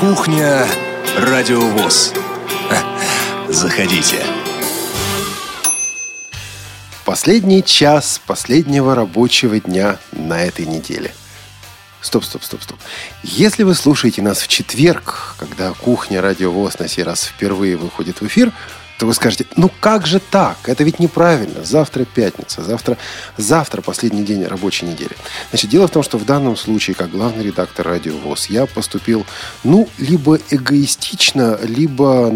Кухня Радиовоз. Заходите. Последний час последнего рабочего дня на этой неделе. Стоп. Если вы слушаете нас в четверг, когда Кухня Радиовоз на сей раз впервые выходит в эфир, то вы скажете, ну как же так? Это ведь неправильно. Завтра пятница. Завтра последний день рабочей недели. Значит, дело в том, что в данном случае, как главный редактор Радиовоз, я поступил, либо эгоистично, либо,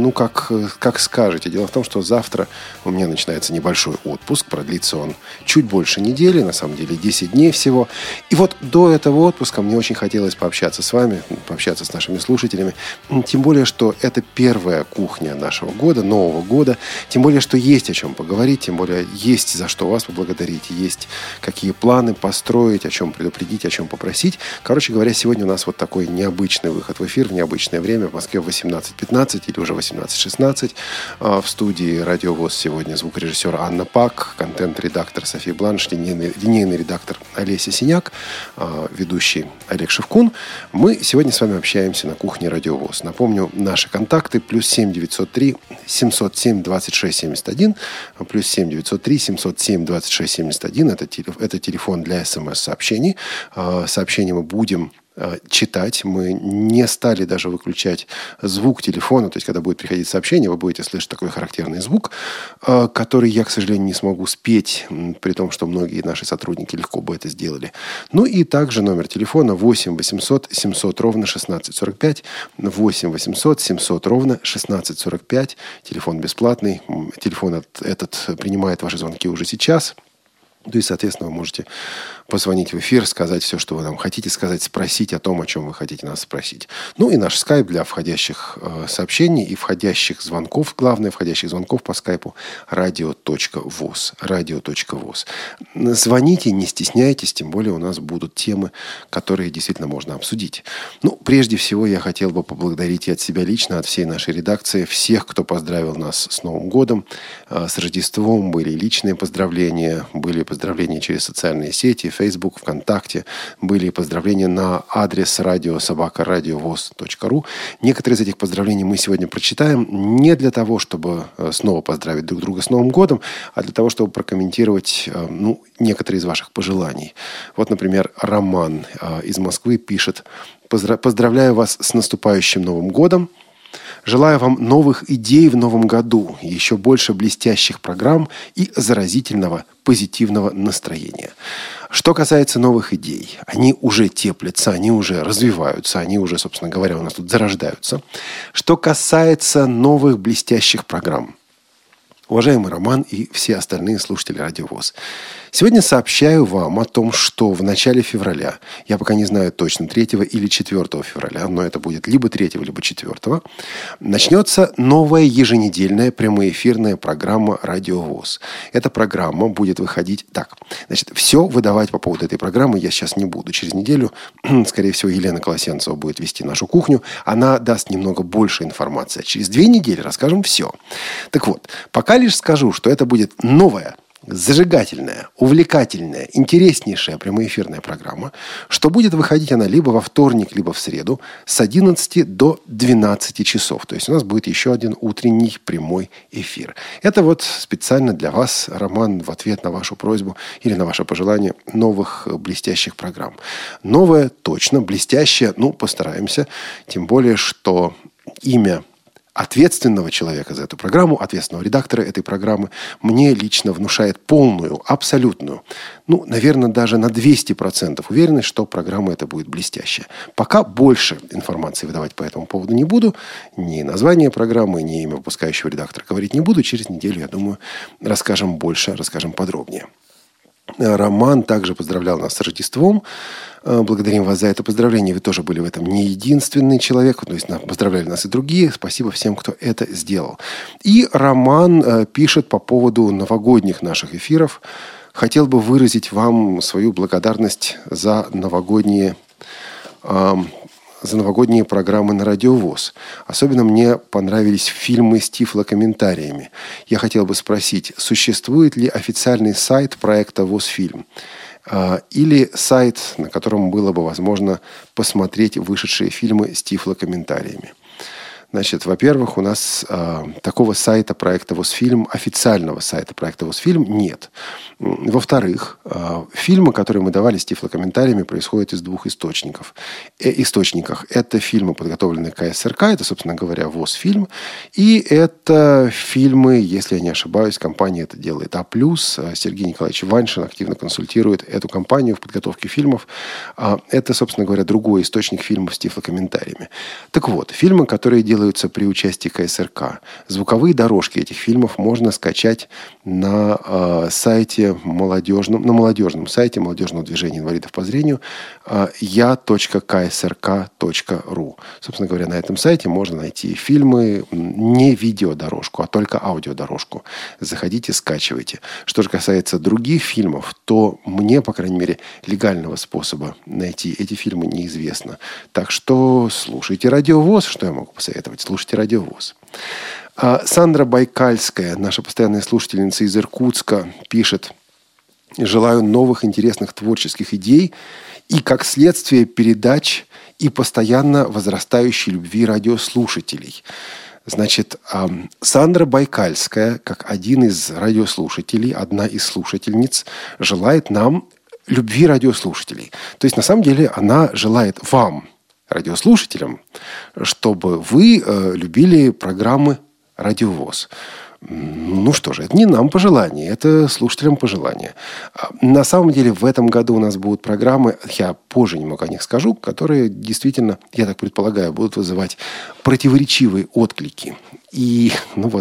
как скажете. Дело в том, что завтра у меня начинается небольшой отпуск. Продлится он чуть больше недели, на самом деле 10 дней всего. И вот до этого отпуска мне очень хотелось пообщаться с вами, пообщаться с нашими слушателями. Тем более, что это первая кухня нашего года, нового года. Тем более, что есть о чем поговорить, тем более есть за что вас поблагодарить, есть какие планы построить, о чем предупредить, о чем попросить. Короче говоря, сегодня у нас вот такой необычный выход в эфир в необычное время. В Москве 18:15 или уже 18:16. В студии Радиовоз сегодня звукорежиссер Анна Пак, контент-редактор София Бланш, линейный редактор Олеся Синяк, ведущий Олег Шевкун. Мы сегодня с вами общаемся на кухне Радиовоз. Напомню, наши контакты: +7 903 707 26 71, +7 903 707 26 71. Это телефон для СМС-сообщений. Сообщения мы будем читать. Мы не стали даже выключать звук телефона. То есть, когда будет приходить сообщение, вы будете слышать такой характерный звук, который я, к сожалению, не смогу спеть, при том, что многие наши сотрудники легко бы это сделали. Ну и также номер телефона 8 800 700 ровно 1645. 8 800 700 ровно 1645. Телефон бесплатный. Телефон этот принимает ваши звонки уже сейчас. Ну и, соответственно, вы можете позвонить в эфир, сказать все, что вы нам хотите сказать, спросить о том, о чем вы хотите нас спросить. Ну и наш скайп для входящих сообщений и входящих звонков. Главное, входящих звонков по скайпу radio.voz. Radio.voz. Звоните, не стесняйтесь, тем более у нас будут темы, которые действительно можно обсудить. Прежде всего, я хотел бы поблагодарить и от себя лично, от всей нашей редакции, всех, кто поздравил нас с Новым годом, с Рождеством. Были личные поздравления, были поздравления через социальные сети, Facebook, ВКонтакте. Были поздравления на адрес radio@radiovoz.ru. Некоторые из этих поздравлений мы сегодня прочитаем не для того, чтобы снова поздравить друг друга с Новым годом, а для того, чтобы прокомментировать некоторые из ваших пожеланий. Вот, например, Роман из Москвы пишет: «Поздравляю вас с наступающим Новым годом. Желаю вам новых идей в новом году, еще больше блестящих программ и заразительного позитивного настроения». Что касается новых идей, они уже теплятся, они уже развиваются, они уже, собственно говоря, у нас тут зарождаются. Что касается новых блестящих программ, уважаемый Роман и все остальные слушатели Радиовоз, сегодня сообщаю вам о том, что в начале февраля, я пока не знаю точно, 3 или 4 февраля, но это будет либо 3, либо 4, начнется новая еженедельная прямоэфирная программа Радиовоз. Эта программа будет выходить так. Значит, все выдавать по поводу этой программы я сейчас не буду. Через неделю, скорее всего, Елена Колосенцева будет вести нашу кухню. Она даст немного больше информации. Через 2 недели расскажем все. Так вот, пока лишь скажу, что это будет новая, зажигательная, увлекательная, интереснейшая прямоэфирная программа, что будет выходить она либо во вторник, либо в среду с 11 до 12 часов. То есть у нас будет еще один утренний прямой эфир. Это вот специально для вас, Роман, в ответ на вашу просьбу или на ваше пожелание новых блестящих программ. Новое точно, блестящее, постараемся. Тем более, что имя ответственного человека за эту программу, ответственного редактора этой программы, мне лично внушает полную, абсолютную, наверное, даже на 200% уверенность, что программа эта будет блестящая. Пока больше информации выдавать по этому поводу не буду. Ни название программы, ни имя выпускающего редактора говорить не буду. Через неделю, я думаю, расскажем больше, расскажем подробнее. Роман также поздравлял нас с Рождеством. Благодарим вас за это поздравление. Вы тоже были в этом не единственный человек. То есть поздравляли нас и другие. Спасибо всем, кто это сделал. И Роман пишет по поводу новогодних наших эфиров. Хотел бы выразить вам свою благодарность за новогодние программы на Радиовоз. Особенно мне понравились фильмы с тифлокомментариями. Я хотел бы спросить, существует ли официальный сайт проекта «Возфильм»? или сайт, на котором было бы возможно посмотреть вышедшие фильмы с тифлокомментариями. Значит, во-первых, у нас такого сайта проекта «Восфильм», официального сайта проекта «Восфильм» нет. Во-вторых, фильмы, которые мы давали с тифлокомментариями, происходят из двух источников. Это фильмы, подготовленные КСРК, это, собственно говоря, «Восфильм», и это фильмы, если я не ошибаюсь, компания это делает «А+». Сергей Николаевич Ваншин активно консультирует эту компанию в подготовке фильмов. Это, собственно говоря, другой источник фильмов с тифлокомментариями. Так вот, фильмы, которые делаются при участии КСРК. Звуковые дорожки этих фильмов можно скачать на сайте на молодежном сайте молодежного движения инвалидов по зрению я.ksrk.ru. Собственно говоря, на этом сайте можно найти фильмы, не видеодорожку, а только аудиодорожку. Заходите, скачивайте. Что же касается других фильмов, то мне, по крайней мере, легального способа найти эти фильмы неизвестно. Так что слушайте Радио ВОС, что я могу посоветовать. Слушайте Радио ВОС. Сандра Байкальская, наша постоянная слушательница из Иркутска, пишет: «Желаю новых интересных творческих идей и, как следствие, передач и постоянно возрастающей любви радиослушателей». Значит, Сандра Байкальская, как один из радиослушателей, одна из слушательниц, желает нам любви радиослушателей. То есть, на самом деле, она желает вам, радиослушателям, чтобы вы любили программы Радио ВОС. Ну что же, это не нам пожелание, это слушателям пожелание. На самом деле в этом году у нас будут программы, я позже немного о них скажу, которые действительно, я так предполагаю, будут вызывать противоречивые отклики. И,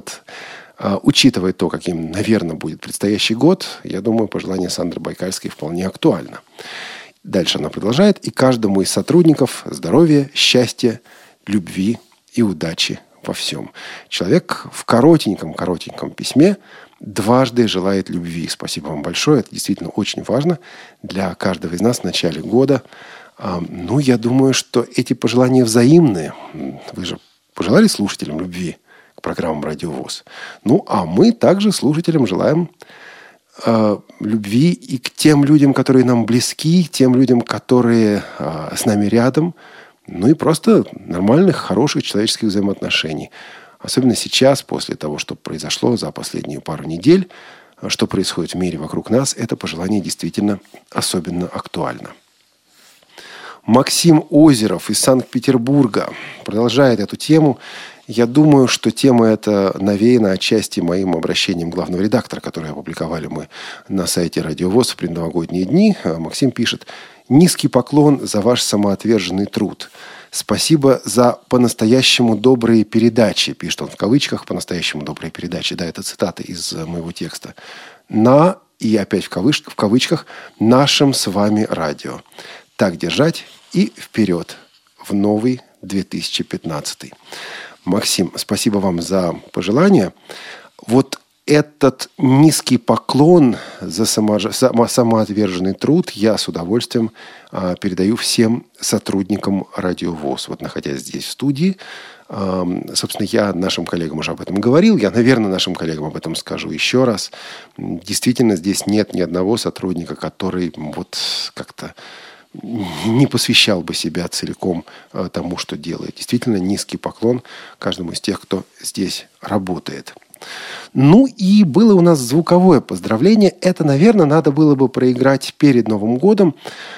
учитывая то, каким, наверное, будет предстоящий год, я думаю, пожелание Сандры Байкальской вполне актуально. Дальше она продолжает. «И каждому из сотрудников здоровья, счастья, любви и удачи во всем». Человек в коротеньком письме дважды желает любви. Спасибо вам большое. Это действительно очень важно для каждого из нас в начале года. Я думаю, что эти пожелания взаимные. Вы же пожелали слушателям любви к программам Радио ВОС. А мы также слушателям желаем любви и к тем людям, которые нам близки, к тем людям, которые с нами рядом, и просто нормальных, хороших человеческих взаимоотношений. Особенно сейчас, после того, что произошло за последние пару недель, что происходит в мире вокруг нас, это пожелание действительно особенно актуально. Максим Озеров из Санкт-Петербурга продолжает эту тему. Я думаю, что тема эта навеяна отчасти моим обращением главного редактора, которое опубликовали мы на сайте Радио ВОС в предновогодние дни. Максим пишет: «Низкий поклон за ваш самоотверженный труд. Спасибо за по-настоящему добрые передачи». Пишет он в кавычках «по-настоящему добрые передачи». Да, это цитата из моего текста. И опять в кавычках, «нашем с вами радио». Так держать и вперед в новый 2015. Максим, спасибо вам за пожелания. Вот этот низкий поклон за самоотверженный труд я с удовольствием передаю всем сотрудникам Радио ВОС. Вот находясь здесь в студии, собственно, я нашим коллегам уже об этом говорил. Я, наверное, нашим коллегам об этом скажу еще раз. Действительно, здесь нет ни одного сотрудника, который как-то не посвящал бы себя целиком тому, что делает. Действительно, низкий поклон каждому из тех, кто здесь работает. И было у нас звуковое поздравление. Это, наверное, надо было бы проиграть перед Новым годом,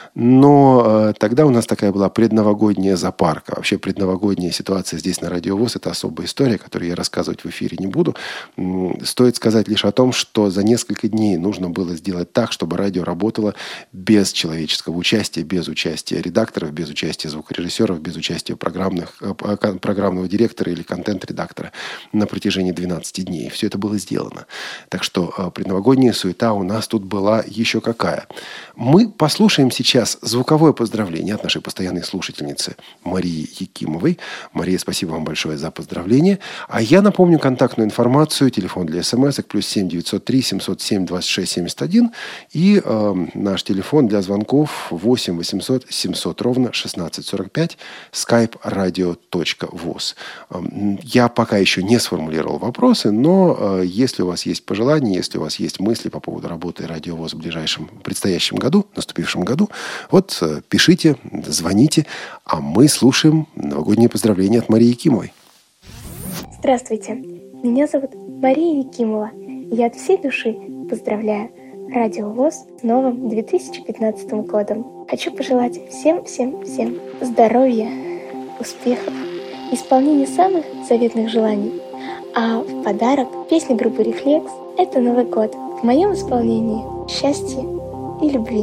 но тогда у нас такая была предновогодняя запарка. Вообще предновогодняя ситуация здесь на Радио ВОС – это особая история, которую я рассказывать в эфире не буду. Стоит сказать лишь о том, что за несколько дней нужно было сделать так, чтобы радио работало без человеческого участия, без участия редакторов, без участия звукорежиссеров, без участия программного директора или контент-редактора на протяжении 12 дней. Все это было сделано. Так что предновогодняя суета у нас тут была еще какая. Мы послушаем сейчас сейчас звуковое поздравление от нашей постоянной слушательницы Марии Якимовой. Мария, спасибо вам большое за поздравление. А я напомню контактную информацию, телефон для смс-ок +7 903 707 26 71 и наш телефон для звонков 8 800 700 ровно 16 45, skype radio.voz. Я пока еще не сформулировал вопросы, но если у вас есть пожелания, если у вас есть мысли по поводу работы Радио ВОС в предстоящем году, наступившем году, вот пишите, звоните, а мы слушаем новогодние поздравления от Марии Якимовой. Здравствуйте, меня зовут Мария Якимова. Я от всей души поздравляю Радио ВОС с новым 2015 годом. Хочу пожелать всем здоровья, успехов, исполнения самых заветных желаний. А в подарок песня группы «Рефлекс» — это Новый год. В моем исполнении счастья и любви.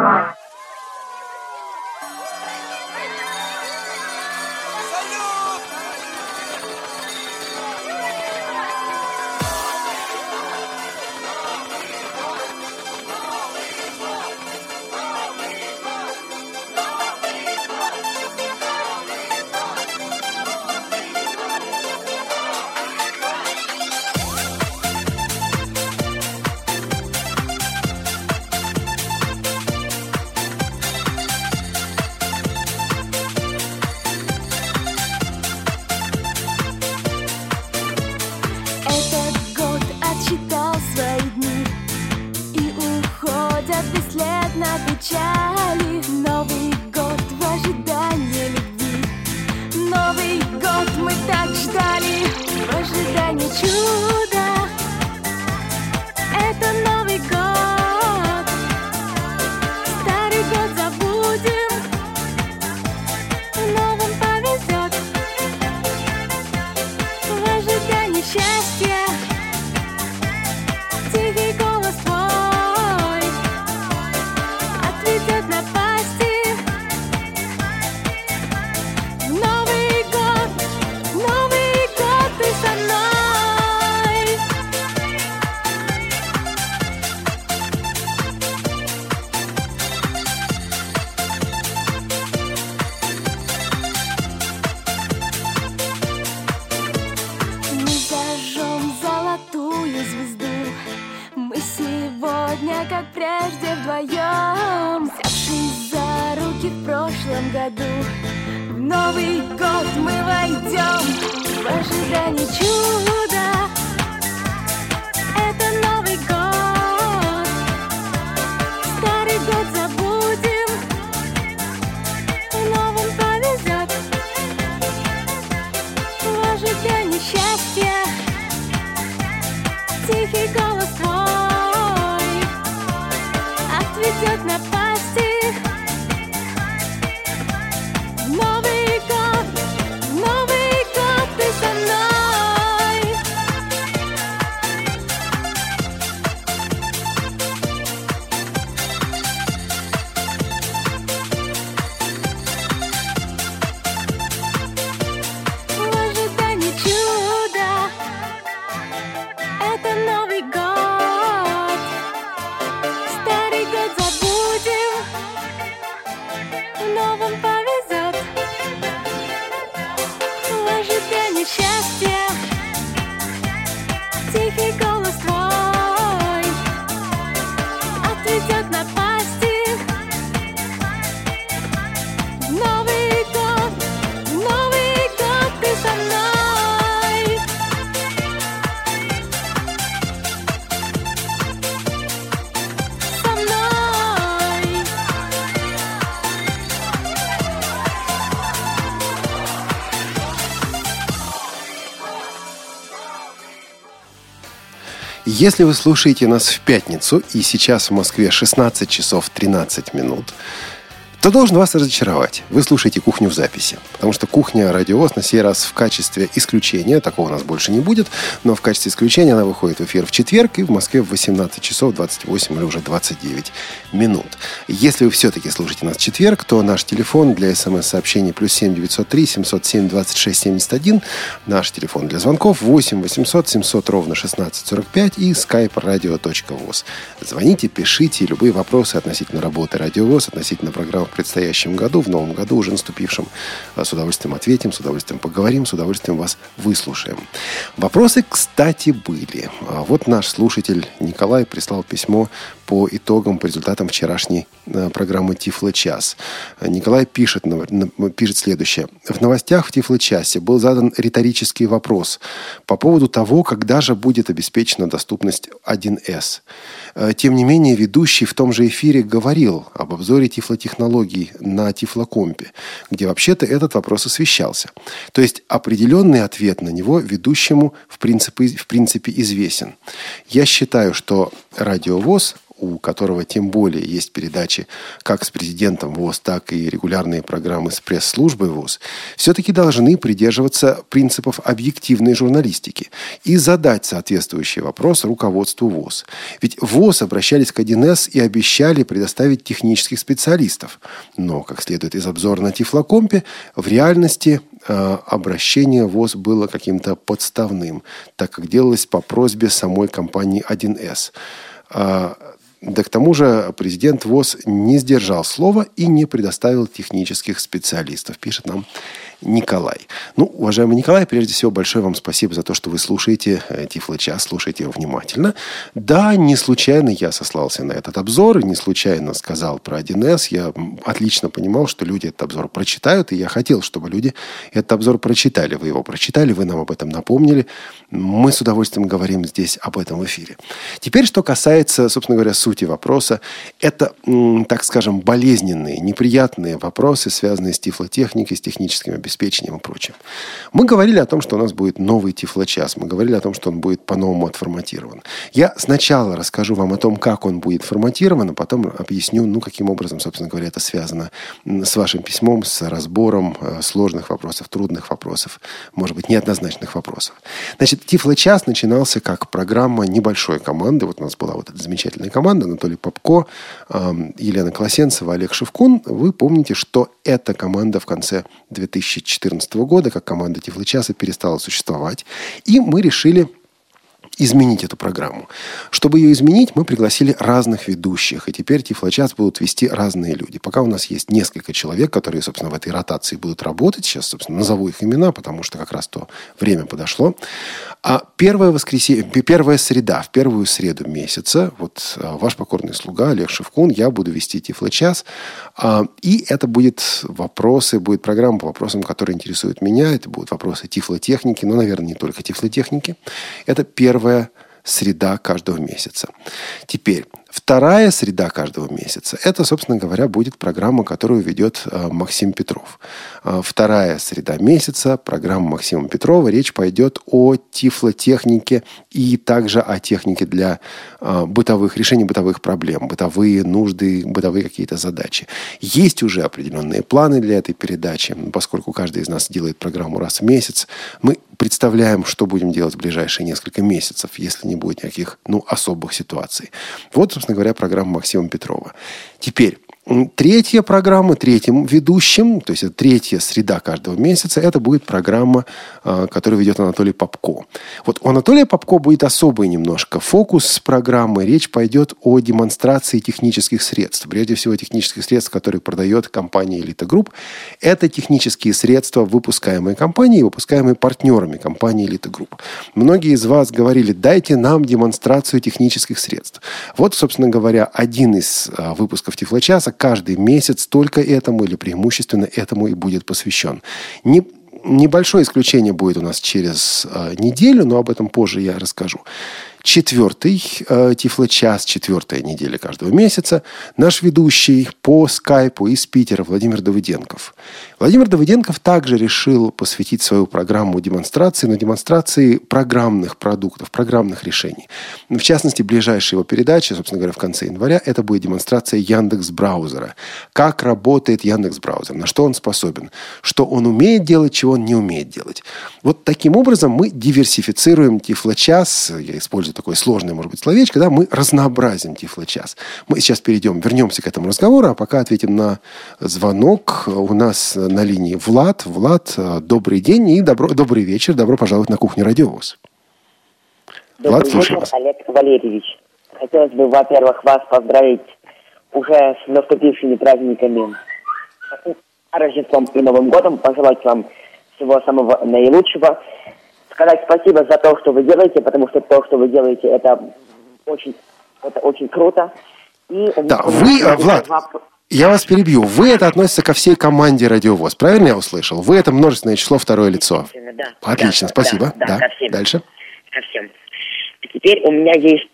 Печали, Новый год в ожидании любви. Новый год мы так ждали, в ожидании чуда. Это Новый год, старый год забудем, в новом повезет. В ожидании счастья, тихий голос твой отведет напасти. Новый год, ты со мной. Мы зажжем золотую звезду. Мы сегодня, как прежде, вдвоем, взявшись за руки в прошлом году. В Новый год мы войдем в ожидании чуда. Это Новый год, старый год забудем, в новом повезет. В ожидании счастья, тихий голос твой отведет напасти. Новый год, ты со мной. В ожидании чуда. Это Новый год, старый год забудем, в новом повезет. В ожидании счастья, тихий голос твой отведет напасти. Новый год, ты со мной. Со мной. Если вы слушаете нас в пятницу, и сейчас в Москве 16 часов 13 минут, то должен вас разочаровать. Вы слушаете «Кухню в записи». Потому что «Кухня Радио ВОС» на сей раз в качестве исключения, такого у нас больше не будет, но в качестве исключения она выходит в эфир в четверг и в Москве в 18 часов 28 или уже 29 минут. Если вы все-таки слушаете нас в четверг, то наш телефон для смс-сообщений +7 903 707 26 71, наш телефон для звонков 8 800 700 ровно 16 45 и skype radio.voz. Звоните, пишите любые вопросы относительно работы Радио ВОС, относительно программ в предстоящем году, в новом году уже наступившем. С удовольствием ответим, с удовольствием поговорим, с удовольствием вас выслушаем. Вопросы, кстати, были. Вот наш слушатель Николай прислал письмо по итогам, по результатам вчерашней программы «Тифло-час». Николай пишет следующее. В новостях в «Тифло-часе» был задан риторический вопрос по поводу того, когда же будет обеспечена доступность 1С. Тем не менее, ведущий в том же эфире говорил об обзоре тифлотехнологий на Тифлокомпе, где вообще-то этот вопрос освещался. То есть определенный ответ на него ведущему в принципе известен. Я считаю, что Радио ВОС, у которого тем более есть передачи как с президентом ВОС, так и регулярные программы с пресс-службой ВОС, все-таки должны придерживаться принципов объективной журналистики и задать соответствующий вопрос руководству ВОС. Ведь ВОС обращались к 1С и обещали предоставить технических специалистов. Но, как следует из обзора на Тифлокомпе, в реальности обращение ВОС было каким-то подставным, так как делалось по просьбе самой компании 1С. Да к тому же президент ВОС не сдержал слова и не предоставил технических специалистов, пишет нам Николай. Уважаемый Николай, прежде всего, большое вам спасибо за то, что вы слушаете Тифло-час, слушаете его внимательно. Да, не случайно я сослался на этот обзор, не случайно сказал про 1С. Я отлично понимал, что люди этот обзор прочитают, и я хотел, чтобы люди этот обзор прочитали. Вы его прочитали, вы нам об этом напомнили. Мы с удовольствием говорим здесь об этом в эфире. Теперь, что касается, собственно говоря, сути вопроса, это, так скажем, болезненные, неприятные вопросы, связанные с тифлотехникой, с техническим обеспечением и прочим. Мы говорили о том, что у нас будет новый Тифло-час. Мы говорили о том, что он будет по-новому отформатирован. Я сначала расскажу вам о том, как он будет форматирован, а потом объясню, каким образом, собственно говоря, это связано с вашим письмом, с разбором сложных вопросов, трудных вопросов, может быть, неоднозначных вопросов. Значит, Тифло-час начинался как программа небольшой команды. Вот у нас была вот эта замечательная команда: Анатолий Попко, Елена Колосенцева, Олег Шевкун. Вы помните, что эта команда в конце 2014 года, как команда Тифло-часа, перестала существовать. И мы решили изменить эту программу. Чтобы ее изменить, мы пригласили разных ведущих. И теперь Тифло-час будут вести разные люди. Пока у нас есть несколько человек, которые, собственно, в этой ротации будут работать. Сейчас, собственно, назову их имена, потому что как раз то время подошло. А первая среда, в первую среду месяца, вот ваш покорный слуга Олег Шевкун, я буду вести Тифло-час. И это будет программа по вопросам, которые интересуют меня. Это будут вопросы тифлотехники, но, наверное, не только тифлотехники. Это первая среда каждого месяца. Теперь, вторая среда каждого месяца, это, собственно говоря, будет программа, которую ведет Максим Петров. Вторая среда месяца, программа Максима Петрова. Речь пойдет о тифлотехнике и также о технике для решения бытовых проблем, бытовые нужды, бытовые какие-то задачи. Есть уже определенные планы для этой передачи, поскольку каждый из нас делает программу раз в месяц. Мы представляем, что будем делать в ближайшие несколько месяцев, если не будет никаких особых ситуаций. Вот, собственно говоря, программа Максима Петрова. Теперь, третья программа, третьим ведущим, то есть это третья среда каждого месяца, это будет программа, которую ведет Анатолий Попко. Вот у Анатолия Попко будет особый немножко фокус с программы. Речь пойдет о демонстрации технических средств. Прежде всего, технических средств, которые продает компания «Элита Групп». Это технические средства, выпускаемые компанией и выпускаемые партнерами компании «Элита Групп». Многие из вас говорили: дайте нам демонстрацию технических средств. Вот, собственно говоря, один из выпусков Тифло-часа каждый месяц только этому или преимущественно этому и будет посвящен. Небольшое исключение будет у нас через неделю, но об этом позже я расскажу. четвертый Тифло-час, 4-я неделя каждого месяца. Наш ведущий по скайпу из Питера Владимир Давыденков. Владимир Давыденков также решил посвятить свою программу демонстрации, но демонстрации программных продуктов, программных решений. В частности, ближайшая его передача, собственно говоря, в конце января, это будет демонстрация Яндекс.Браузера. Как работает Яндекс.Браузер, на что он способен, что он умеет делать, чего он не умеет делать. Вот таким образом мы диверсифицируем Тифло-час. Я использую такое сложное, может быть, словечко, да, мы разнообразим Тифло-час. Мы сейчас вернемся к этому разговору, а пока ответим на звонок. У нас на линии Влад. Влад, добрый день и добрый вечер. Добро пожаловать на кухню Радио ВОС. Влад, слушаю вас. Олег Валерьевич. Хотелось бы, во-первых, вас поздравить уже с наступившими праздниками, Рождеством и Новым годом, пожелать вам всего самого наилучшего, сказать спасибо за то, что вы делаете, потому что то, что вы делаете, это очень круто. И да, Влад, я вас перебью. Вы это относится ко всей команде Радио ВОС. Правильно я услышал? Вы это множественное число, второе лицо. Да. Отлично, спасибо. Да, ко всем. Дальше. Ко всем. Теперь у меня есть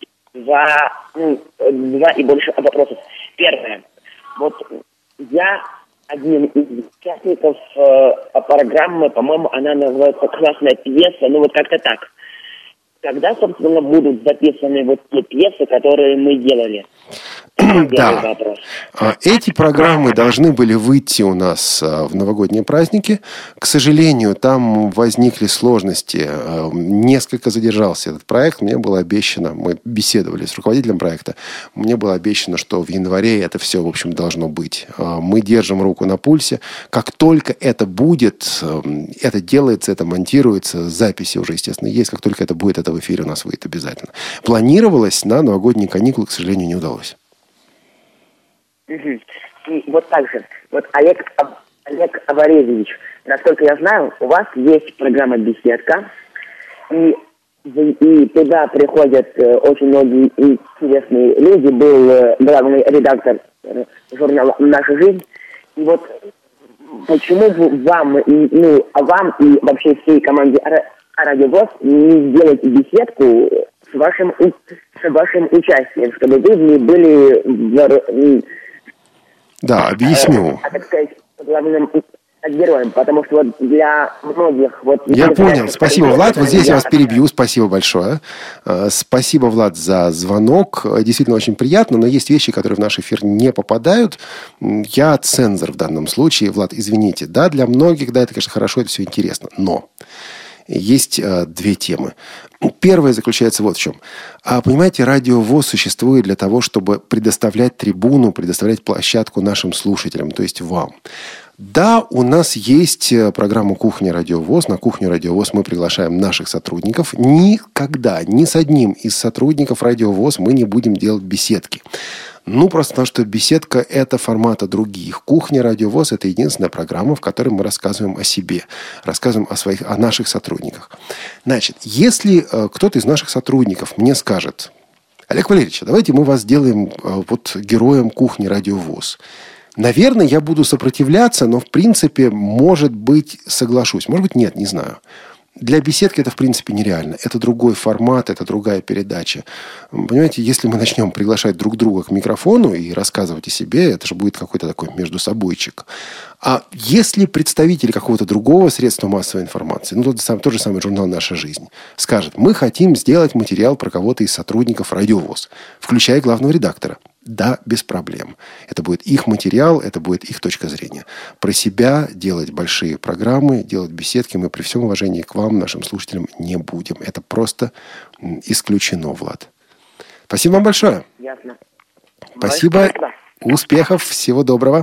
два и больше вопросов. Первое. Вот я один из участников программы, по-моему, она называется «Классная пьеса», ну вот как-то так. Когда, собственно, будут записаны вот те пьесы, которые мы делали? Да. Эти программы должны были выйти у нас в новогодние праздники. К сожалению, там возникли сложности. Несколько задержался этот проект. Мне было обещано, мы беседовали с руководителем проекта, мне было обещано, что в январе это все, в общем, должно быть. Мы держим руку на пульсе. Как только это будет, это делается, это монтируется, записи уже, естественно, есть. Как только это будет, это в эфире у нас выйдет обязательно. Планировалось на новогодние каникулы, к сожалению, не удалось. И вот так же, вот Олег Аварезович, насколько я знаю, у вас есть программа «Беседка», и туда приходят очень многие интересные люди. Был главный редактор журнала «Наша жизнь». И вот почему вам и вообще всей команде Радио ВОС не сделать беседку с вашим участием, чтобы вы не были Да, объясню. Так сказать, главным героем, потому что вот для многих... Я понял. Спасибо, Влад. Вот здесь я вас перебью. Спасибо большое. Спасибо, Влад, за звонок. Действительно очень приятно, но есть вещи, которые в наш эфир не попадают. Я цензор в данном случае. Влад, извините. Да, для многих, да, это, конечно, хорошо, это все интересно. Но есть две темы. Первая заключается вот в чем. Понимаете, Радио ВОС существует для того, чтобы предоставлять трибуну, предоставлять площадку нашим слушателям, то есть вам. Да, у нас есть программа «Кухня Радио ВОС». На «Кухню Радио ВОС» мы приглашаем наших сотрудников. Никогда, ни с одним из сотрудников Радио ВОС мы не будем делать беседки. Просто потому, что беседка – это формата других. «Кухня Радио ВОС» – это единственная программа, в которой мы рассказываем о себе, рассказываем о наших сотрудниках. Значит, если кто-то из наших сотрудников мне скажет: Олег Валерьевич, давайте мы вас сделаем героем «Кухни Радио ВОС». Наверное, я буду сопротивляться, но, в принципе, может быть, соглашусь. Может быть, нет, не знаю. Для беседки это, в принципе, нереально. Это другой формат, это другая передача. Понимаете, если мы начнем приглашать друг друга к микрофону и рассказывать о себе, это же будет какой-то такой междусобойчик. А если представитель какого-то другого средства массовой информации, тот же самый журнал «Наша жизнь», скажет: мы хотим сделать материал про кого-то из сотрудников Радио ВОС, включая главного редактора. Да, без проблем. Это будет их материал, это будет их точка зрения. Про себя делать большие программы, делать беседки мы при всем уважении к вам, нашим слушателям, не будем. Это просто исключено, Влад. Спасибо вам большое. Ясно. Спасибо. Успехов. Всего доброго.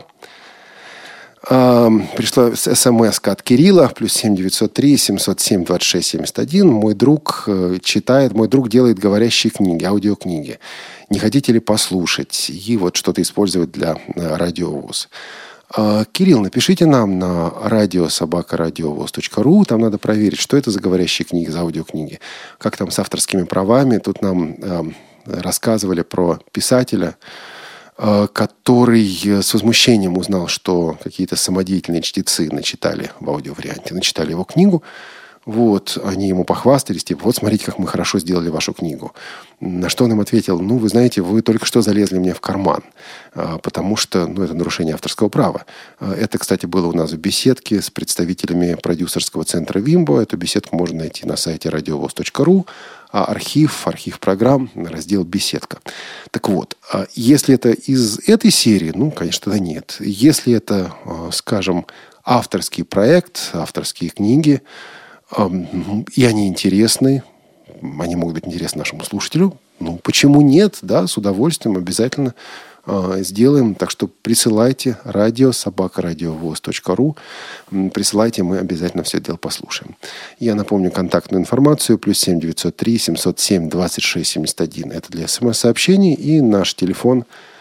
Пришла смс-ка от Кирилла, +7 903 707 26 71. Мой друг делает говорящие книги, аудиокниги. Не хотите ли послушать и вот что-то использовать для Радио ВОС? Кирилл, напишите нам на radio@radiovos.ru. Там надо проверить, что это за говорящие книги, за аудиокниги. Как там с авторскими правами. Тут нам рассказывали про писателя, который с возмущением узнал, что какие-то самодеятельные чтецы начитали в аудиоварианте, начитали его книгу. Вот, они ему похвастались, типа, вот смотрите, как мы хорошо сделали вашу книгу. На что он им ответил: ну, вы знаете, вы только что залезли мне в карман, потому что, это нарушение авторского права. Это, кстати, было у нас в беседке с представителями продюсерского центра «Вимбо». Эту беседку можно найти на сайте radiovoz.ru, архив программ, раздел «Беседка». Так вот, если это из этой серии, конечно, тогда нет. Если это, скажем, авторский проект, авторские книги, и они интересны, они могут быть интересны нашему слушателю, почему нет, да, с удовольствием обязательно сделаем. Так что присылайте radio@radiovoz.ru, присылайте, мы обязательно все это дело послушаем. Я напомню контактную информацию: +7 903 707 26 71. Это для смс-сообщений. И наш телефон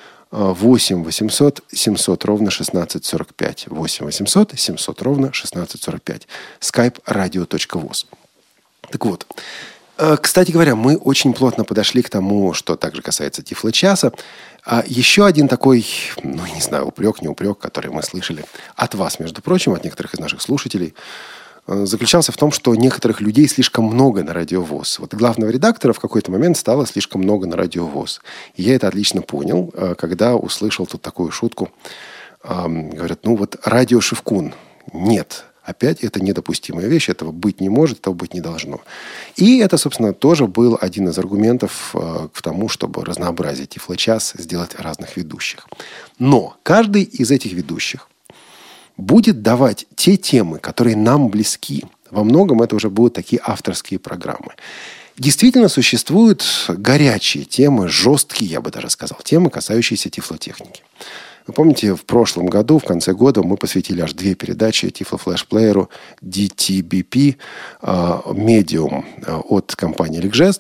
8 800 700 ровно 1645. 8 800 700 ровно 1645. Skype radio.voz. Так вот, кстати говоря, мы очень плотно подошли к тому, что также касается Тифло-часа. Еще один такой, не знаю, упрек, не упрек, который мы слышали от вас, между прочим, от некоторых из наших слушателей, заключался в том, что некоторых людей слишком много на Радио ВОС. Вот главного редактора в какой-то момент стало слишком много на Радио ВОС. И я это отлично понял, когда услышал тут такую шутку. Говорят, Радио Шевкун. Нет. Опять это недопустимая вещь, этого быть не может, этого быть не должно. И это, собственно, тоже был один из аргументов к тому, чтобы разнообразить Тифло-час, сделать разных ведущих. Но каждый из этих ведущих будет давать те темы, которые нам близки. Во многом это уже будут такие авторские программы. Действительно существуют горячие темы, жесткие, я бы даже сказал, темы, касающиеся тифлотехники. Вы помните, в прошлом году, в конце года, мы посвятили аж 2 передачи тифлофлешплееру DTBP Medium от компании Licgest.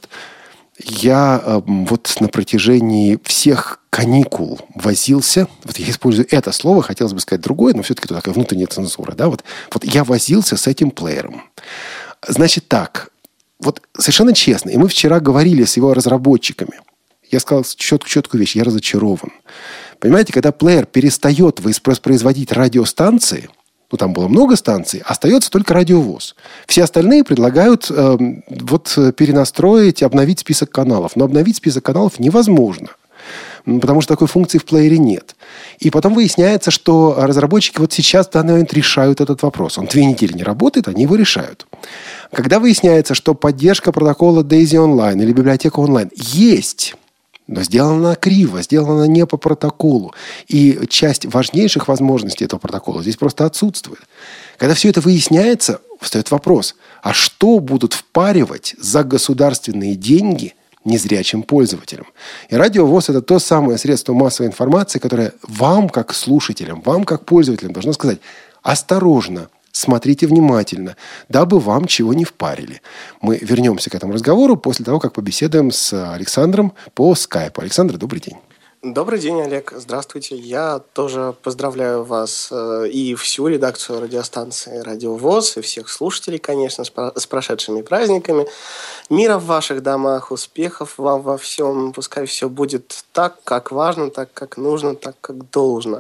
Я на протяжении всех каникул возился, я использую это слово, хотелось бы сказать другое, но все-таки это такая внутренняя цензура, да, я возился с этим плеером. Значит так, совершенно честно, и мы вчера говорили с его разработчиками, я сказал четкую вещь: я разочарован. Понимаете, когда плеер перестает воспроизводить радиостанции, там было много станций, остается только Радио ВОС. Все остальные предлагают перенастроить, обновить список каналов. Но обновить список каналов невозможно, потому что такой функции в плеере нет. И потом выясняется, что разработчики сейчас в данный момент решают этот вопрос. Он 2 недели не работает, они его решают. Когда выясняется, что поддержка протокола Daisy Online или библиотека онлайн есть, но сделана она криво, сделана она не по протоколу. И часть важнейших возможностей этого протокола здесь просто отсутствует. Когда все это выясняется, встает вопрос: а что будут впаривать за государственные деньги незрячим пользователям? И Радио ВОС – это то самое средство массовой информации, которое вам, как слушателям, вам, как пользователям, должно сказать: осторожно, смотрите внимательно, дабы вам чего не впарили. Мы вернемся к этому разговору после того, как побеседуем с Александром по скайпу. Александр, добрый день. Добрый день, Олег. Здравствуйте. Я тоже поздравляю вас и всю редакцию радиостанции Радио ВОС, и всех слушателей, конечно, с прошедшими праздниками. Мира в ваших домах, успехов вам во всем. Пускай все будет так, как важно, так, как нужно, так, как должно.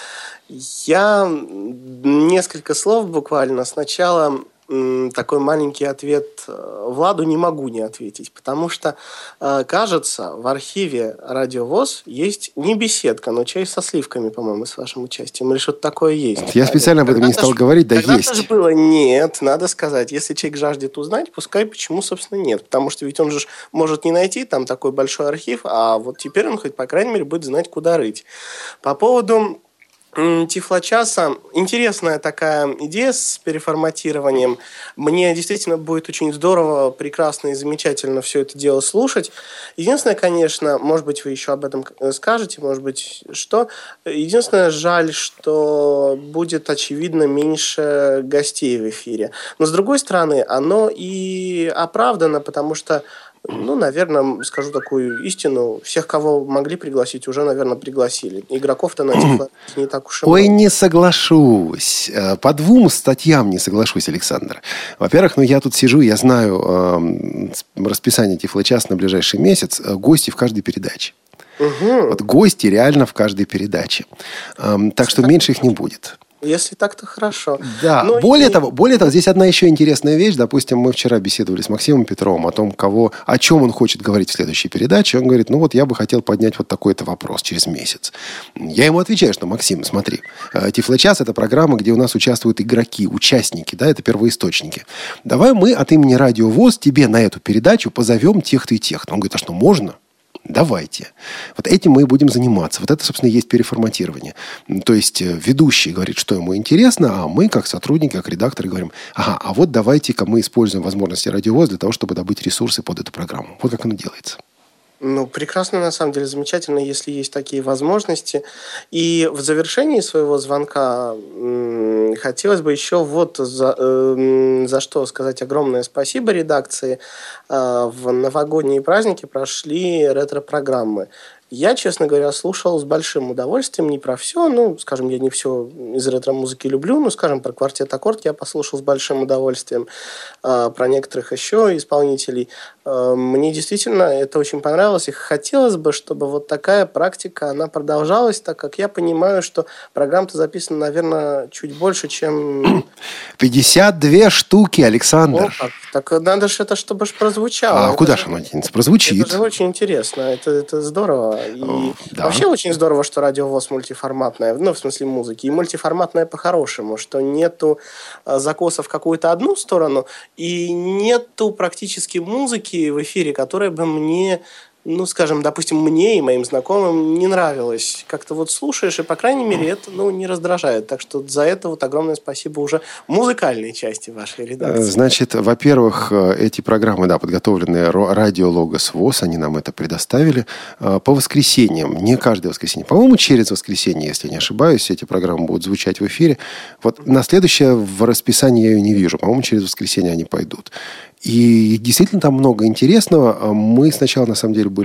Я несколько слов буквально. Сначала такой маленький ответ Владу не могу не ответить, потому что, кажется, в архиве Радио ВОС есть не беседка, но чай со сливками, по-моему, с вашим участием. Или что-то такое есть. Я специально об этом не стал говорить, да, есть. Когда-то же было нет, надо сказать. Если человек жаждет узнать, пускай, почему, собственно, нет. Потому что ведь он же может не найти там такой большой архив, а вот теперь он хоть, по крайней мере, будет знать, куда рыть. По поводу Тифло-часа. Интересная такая идея с переформатированием. Мне действительно будет очень здорово, прекрасно и замечательно все это дело слушать. Единственное, конечно, может быть, вы еще об этом скажете, может быть, что. Единственное, жаль, что будет, очевидно, меньше гостей в эфире. Но, с другой стороны, оно и оправдано, потому что наверное, скажу такую истину. Всех, кого могли пригласить, уже, наверное, пригласили. Игроков-то на Тифло не так уж и много. Ой, не соглашусь. По 2 статьям не соглашусь, Александр. Во-первых, я тут сижу, я знаю расписание Тифло-час на ближайший месяц. Гости в каждой передаче. Угу. Гости реально в каждой передаче. Так что меньше их не будет. Если так, то хорошо. Да, более того, здесь одна еще интересная вещь. Допустим, мы вчера беседовали с Максимом Петровым о том, о чем он хочет говорить в следующей передаче. Он говорит, я бы хотел поднять вот такой-то вопрос через месяц. Я ему отвечаю, что, Максим, смотри, Тифлочас – это программа, где у нас участвуют игроки, участники, да, это первоисточники. Давай мы от имени Радио ВОС тебе на эту передачу позовем тех-то и тех-то. Он говорит, а что, можно? Давайте. Вот этим мы и будем заниматься. Вот это, собственно, и есть переформатирование. То есть ведущий говорит, что ему интересно, а мы, как сотрудники, как редакторы, говорим, а вот давайте-ка мы используем возможности Радио ВОС для того, чтобы добыть ресурсы под эту программу. Вот как оно делается. Прекрасно, на самом деле, замечательно, если есть такие возможности. И в завершении своего звонка хотелось бы еще за что сказать огромное спасибо редакции. В новогодние праздники прошли ретро-программы. Я, честно говоря, слушал с большим удовольствием, не про все, скажем, я не все из ретро-музыки люблю, скажем, про «Квартет Аккорд» я послушал с большим удовольствием, про некоторых еще исполнителей. Мне действительно это очень понравилось, и хотелось бы, чтобы вот такая практика, она продолжалась, так как я понимаю, что программа-то записана, наверное, чуть больше, чем... 52 штуки, Александр. Так надо же это, чтобы прозвучало. А куда же оно денется? Прозвучит. Это же очень интересно, это здорово. И вообще очень здорово, что Радио ВОС мультиформатное, в смысле музыки, и мультиформатное по-хорошему, что нету закоса в какую-то одну сторону, и нету практически музыки в эфире, которая бы мне, скажем, допустим, мне и моим знакомым не нравилось. Как-то вот слушаешь, и, по крайней мере, это, не раздражает. Так что за это вот огромное спасибо уже музыкальной части вашей редакции. Значит, во-первых, эти программы, подготовленные Радио Логос ВОС, они нам это предоставили. По воскресеньям, не каждое воскресенье, по-моему, через воскресенье, если я не ошибаюсь, эти программы будут звучать в эфире. Вот на следующее в расписании я ее не вижу. По-моему, через воскресенье они пойдут. И действительно там много интересного. Мы сначала, на самом деле, были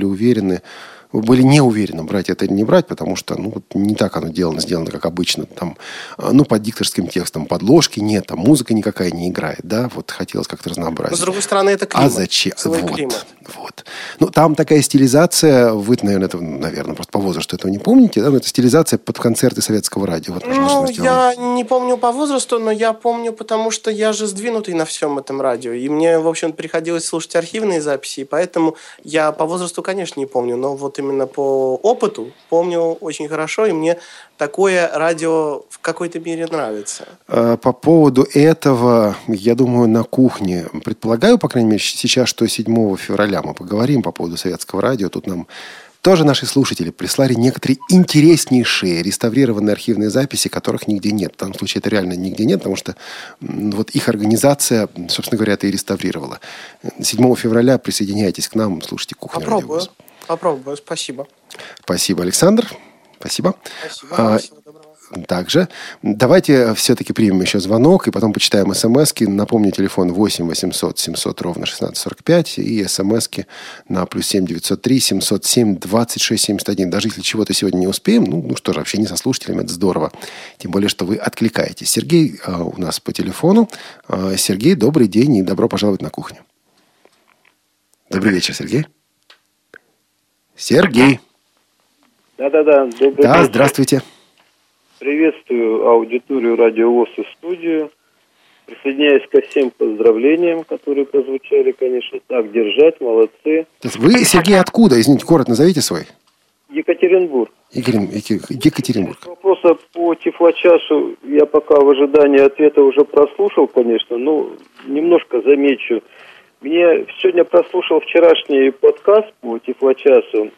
не уверены, брать это или не брать, потому что не так оно сделано, как обычно. Там, под дикторским текстом подложки нет, там музыка никакая не играет. Да? Вот хотелось как-то разнообразить. Но, с другой стороны, это климат. А зачем? Климат. Вот. Там такая стилизация, вы, наверное, просто по возрасту этого не помните, да? Но это стилизация под концерты советского радио. Вот, я не помню по возрасту, но я помню, потому что я же сдвинутый на всем этом радио. И мне, в общем, приходилось слушать архивные записи, и поэтому я по возрасту, конечно, не помню, но вот именно по опыту помню очень хорошо, и мне такое радио в какой-то мере нравится. По поводу этого, я думаю, на кухне, предполагаю, по крайней мере, сейчас, что 7 февраля мы поговорим по поводу советского радио. Тут нам тоже наши слушатели прислали некоторые интереснейшие реставрированные архивные записи, которых нигде нет. В данном случае это реально нигде нет, потому что вот их организация, собственно говоря, это и реставрировала. 7 февраля присоединяйтесь к нам, слушайте «Кухню Радио ВОС». Попробую, спасибо. Спасибо, Александр. Спасибо. Спасибо. Всего доброго. Также давайте все-таки примем еще звонок и потом почитаем смски. Напомню, телефон 8 800 700 ровно 1645 и смски на +7 903 707 26 71. Даже если чего-то сегодня не успеем, что же, общение со слушателями, это здорово. Тем более, что вы откликаетесь. Сергей у нас по телефону. Сергей, добрый день и добро пожаловать на кухню. Добрый вечер, Сергей. Сергей. Да. Добрый вечер. Здравствуйте. Приветствую аудиторию Радио ВОС и студию. Присоединяюсь ко всем поздравлениям, которые прозвучали, конечно, так держать, молодцы. Вы, Сергей, откуда? Извините, город назовите свой. Екатеринбург. Екатеринбург. Вопроса по Тифлочасу я пока в ожидании ответа уже прослушал, конечно, немножко замечу. Мне сегодня прослушал вчерашний подкаст по Тифлочасу.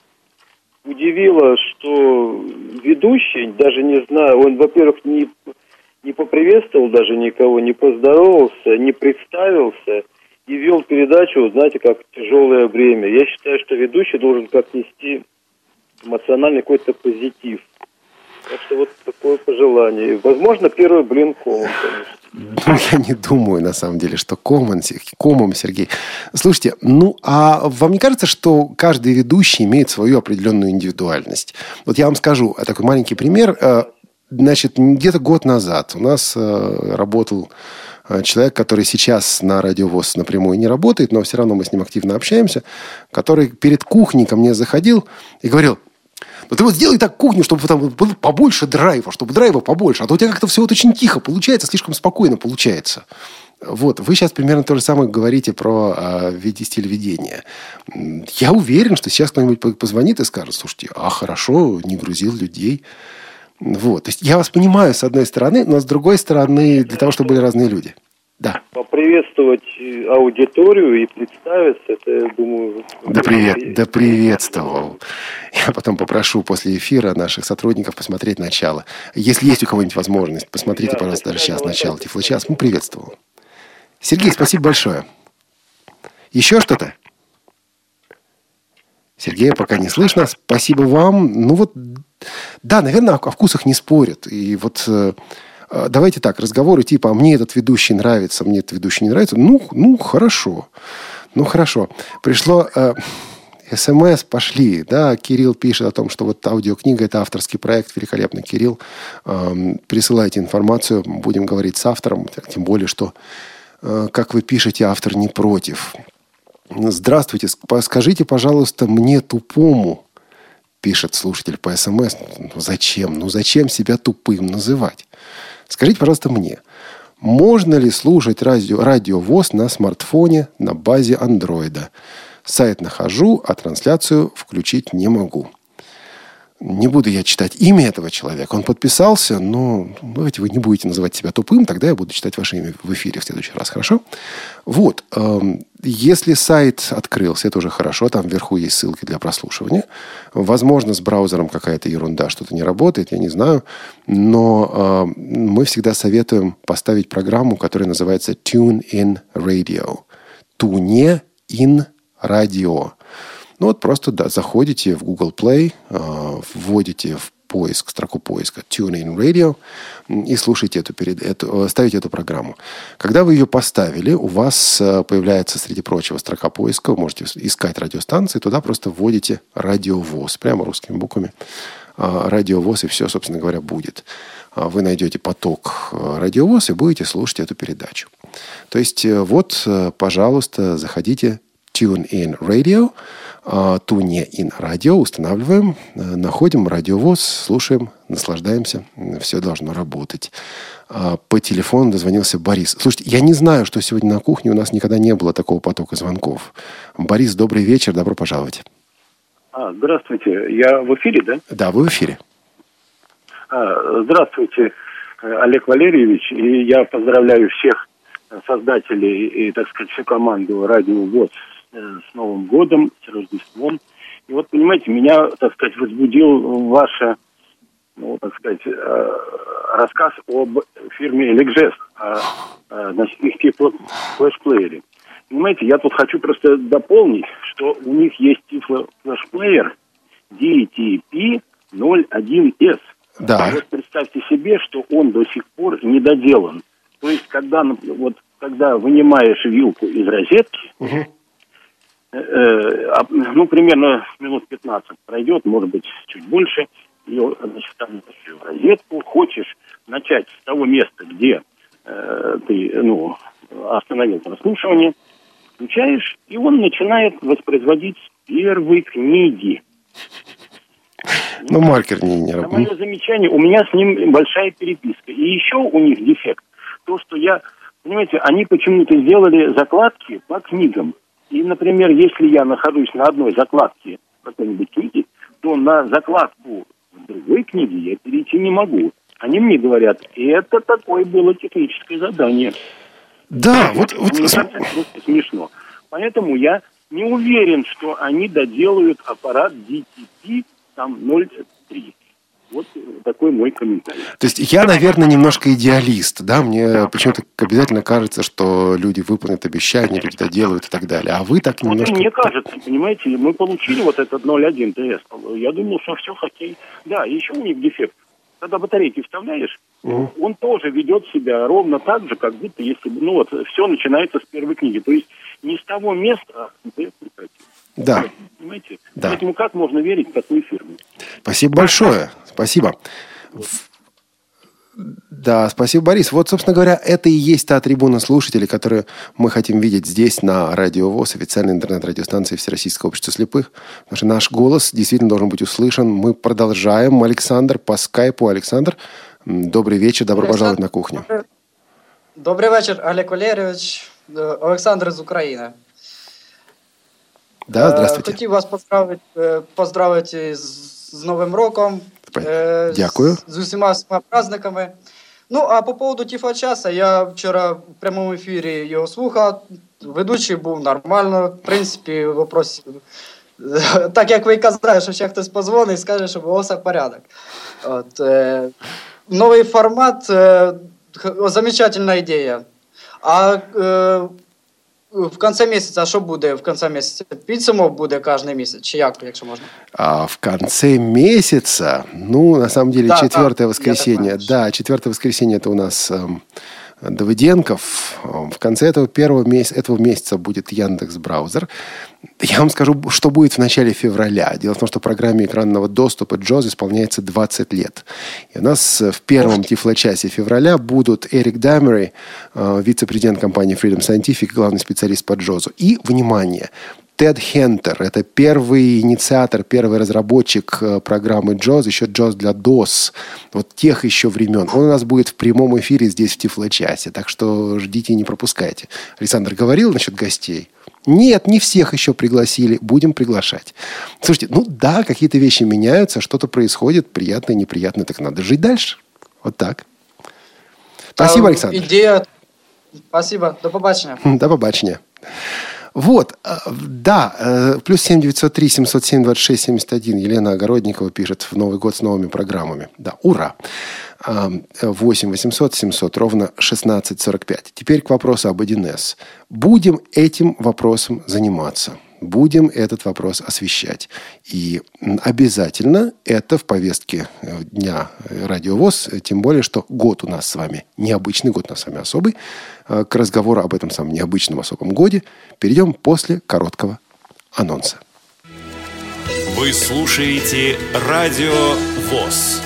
Удивило, что ведущий, даже не знаю, он, во-первых, не поприветствовал даже никого, не поздоровался, не представился и вел передачу, знаете, как тяжелое бремя. Я считаю, что ведущий должен как нести эмоциональный какой-то позитив. Так что вот такое пожелание. Возможно, первый блин комом, конечно. Я не думаю, на самом деле, что комом, Сергей. Слушайте, а вам не кажется, что каждый ведущий имеет свою определенную индивидуальность? Вот я вам скажу такой маленький пример. Значит, где-то год назад у нас работал человек, который сейчас на Радио ВОС напрямую не работает, но все равно мы с ним активно общаемся, который перед кухней ко мне заходил и говорил: Но ты вот сделай так кухню, чтобы там было побольше драйва, чтобы драйва побольше. А то у тебя как-то все вот очень тихо получается, слишком спокойно получается. Вот, вы сейчас примерно то же самое говорите про стиль ведения. Я уверен, что сейчас кто-нибудь позвонит и скажет: слушайте, хорошо, не грузил людей. Вот, то есть я вас понимаю с одной стороны, но с другой стороны, для того, чтобы были разные люди. Да. Поприветствовать аудиторию и представиться, это, я думаю... Да приветствовал. Я потом попрошу после эфира наших сотрудников посмотреть начало. Если есть у кого-нибудь возможность, посмотрите, пожалуйста, даже сейчас начало Тифло-час. Приветствовал. Сергей, спасибо большое. Еще что-то? Сергея пока не слышно. Спасибо вам. Да, наверное, о вкусах не спорят. И вот давайте так, разговоры типа: мне этот ведущий нравится, мне этот ведущий не нравится. Хорошо. Хорошо. Пришло СМС, пошли. Да, Кирилл пишет о том, что вот аудиокнига – это авторский проект. Великолепно, Кирилл. Присылайте информацию, будем говорить с автором. Тем более, что, как вы пишете, автор не против. Здравствуйте, скажите, пожалуйста, мне тупому, пишет слушатель по СМС. Зачем? Зачем себя тупым называть? Скажите, пожалуйста, мне, можно ли слушать радио ВОС на смартфоне на базе андроида? Сайт нахожу, а трансляцию включить не могу. Не буду я читать имя этого человека. Он подписался, но давайте вы не будете называть себя тупым, тогда я буду читать ваше имя в эфире в следующий раз, хорошо? Вот. Если сайт открылся, это уже хорошо. Там вверху есть ссылки для прослушивания. Возможно, с браузером какая-то ерунда, что-то не работает, я не знаю. Но мы всегда советуем поставить программу, которая называется TuneIn Radio. TuneIn Radio. Просто заходите в Google Play, вводите в поиск, строку поиска TuneIn Radio и слушайте ставите эту программу. Когда вы ее поставили, у вас появляется, среди прочего, строка поиска. Вы можете искать радиостанции, туда просто вводите «Радио ВОС», прямо русскими буквами. «Радио ВОС», и все, собственно говоря, будет. Вы найдете поток «Радио ВОС» и будете слушать эту передачу. То есть, пожалуйста, заходите TuneIn Radio, TuneIn Radio, устанавливаем, находим Радио ВОС, слушаем, наслаждаемся, все должно работать. По телефону дозвонился Борис. Слушайте, я не знаю, что сегодня на кухне у нас никогда не было такого потока звонков. Борис, добрый вечер, добро пожаловать. Здравствуйте, я в эфире, да? Да, вы в эфире. Здравствуйте, Олег Валерьевич, и я поздравляю всех создателей и, так сказать, всю команду Радио ВОС с Новым годом, с Рождеством. И вот, понимаете, меня, так сказать, возбудил ваш, рассказ об фирме Elecgest, значит, их типа флешплеере. Понимаете, я тут хочу просто дополнить, что у них есть флешплеер DTP-01S. Да. Вот представьте себе, что он до сих пор не доделан. То есть, когда вынимаешь вилку из розетки, примерно минут 15 пройдет, может быть, чуть больше, ее, значит, там в розетку, хочешь начать с того места, где ты, остановил прослушивание, включаешь, и он начинает воспроизводить первые книги. Маркер не работает. Мое замечание, у меня с ним большая переписка. И еще у них дефект, то, что понимаете, они почему-то сделали закладки по книгам. И, например, если я нахожусь на одной закладке какой-нибудь книги, то на закладку другой книги я перейти не могу. Они мне говорят, это такое было техническое задание. Да, Мне кажется, это просто смешно. Поэтому я не уверен, что они доделают аппарат DTP 03. Вот такой мой комментарий. То есть я, наверное, немножко идеалист, да? Мне почему-то обязательно кажется, что люди выполнят обещания, люди доделают и так далее. А вы так немножко... Мне кажется, понимаете, мы получили вот этот 0.1 ТС. Я думал, что все хоккей. Да, и еще у них дефект. Когда батарейки вставляешь, он тоже ведет себя ровно так же, как будто если все начинается с первой книги. То есть не с того места, а ТС прекратил. Да. Понимаете? Да. Поэтому как можно верить в такую фирму? Спасибо большое. Спасибо. Да, спасибо, Борис. Вот, собственно говоря, это и есть та трибуна слушателей, которую мы хотим видеть здесь, на Радио ВОС, официальной интернет-радиостанции Всероссийского общества слепых. Потому что наш голос действительно должен быть услышан. Мы продолжаем. Александр по скайпу. Александр, добрый вечер, добро пожаловать на кухню. Добрий вечір, Олег Валерійович. Олександр з України. Да, здравствуйте. Хотів вас поздравити з Новим роком. Дякую. З усіма праздниками. Ну, а по поводу Тифлочаса, я вчора в прямому ефірі його слухав. Ведучий був нормально. В принципі, вопрос... Так як ви казали, що ще хтось позвонить і скаже, що було все в порядок. От, новий формат, замечательна ідея. А в конце місяця, що буде в конце місяця? Підсумок буде кожен місяць, чи як, якщо можна? А в конце месяца, ну, на самом деле, четвертое воскресенье. Да, четвертое воскресенье это у нас Давыденков. В конце этого месяца будет Яндекс.Браузер. Я вам скажу, что будет в начале февраля. Дело в том, что программе экранного доступа JAWS исполняется 20 лет. И у нас в первом Тифлочасе февраля будут Эрик Дамери, вице-президент компании Freedom Scientific, главный специалист по JAWS. И, внимание, Тед Хентер – это первый инициатор, первый разработчик программы JAWS, еще JAWS для DOS, вот тех еще времен. Он у нас будет в прямом эфире здесь, в Тифлочасе, так что ждите и не пропускайте. Александр говорил насчет гостей? Нет, не всех еще пригласили, будем приглашать. Слушайте, ну да, какие-то вещи меняются, что-то происходит, приятное, неприятное, так надо жить дальше. Вот так. Спасибо, Александр. Идея. Спасибо, до побачення. До побачення. Вот, да, плюс 7 903 707 26 71. Елена Огородникова пишет: в Новый год с новыми программами. Да, ура. 8 800 700 ровно 1645. Теперь к вопросу об 1С. Будем этим вопросом заниматься. Будем этот вопрос освещать. И обязательно это в повестке дня Радио ВОС, тем более, что год у нас с вами необычный, год у нас с вами особый. К разговору об этом самом необычном особом годе перейдем после короткого анонса. Вы слушаете Радио ВОС.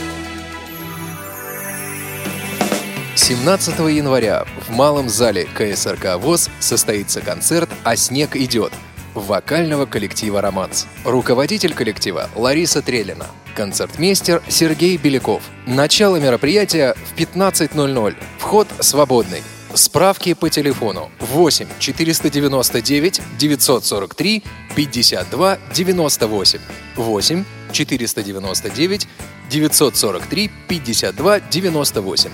17 января в Малом зале КСРК ВОС состоится концерт «А снег идет» вокального коллектива «Романс». Руководитель коллектива Лариса Трелина. Концертмейстер Сергей Беляков. Начало мероприятия в 15:00. Вход свободный. Справки по телефону 8 499 943 52 98. 8 499 943 52 98.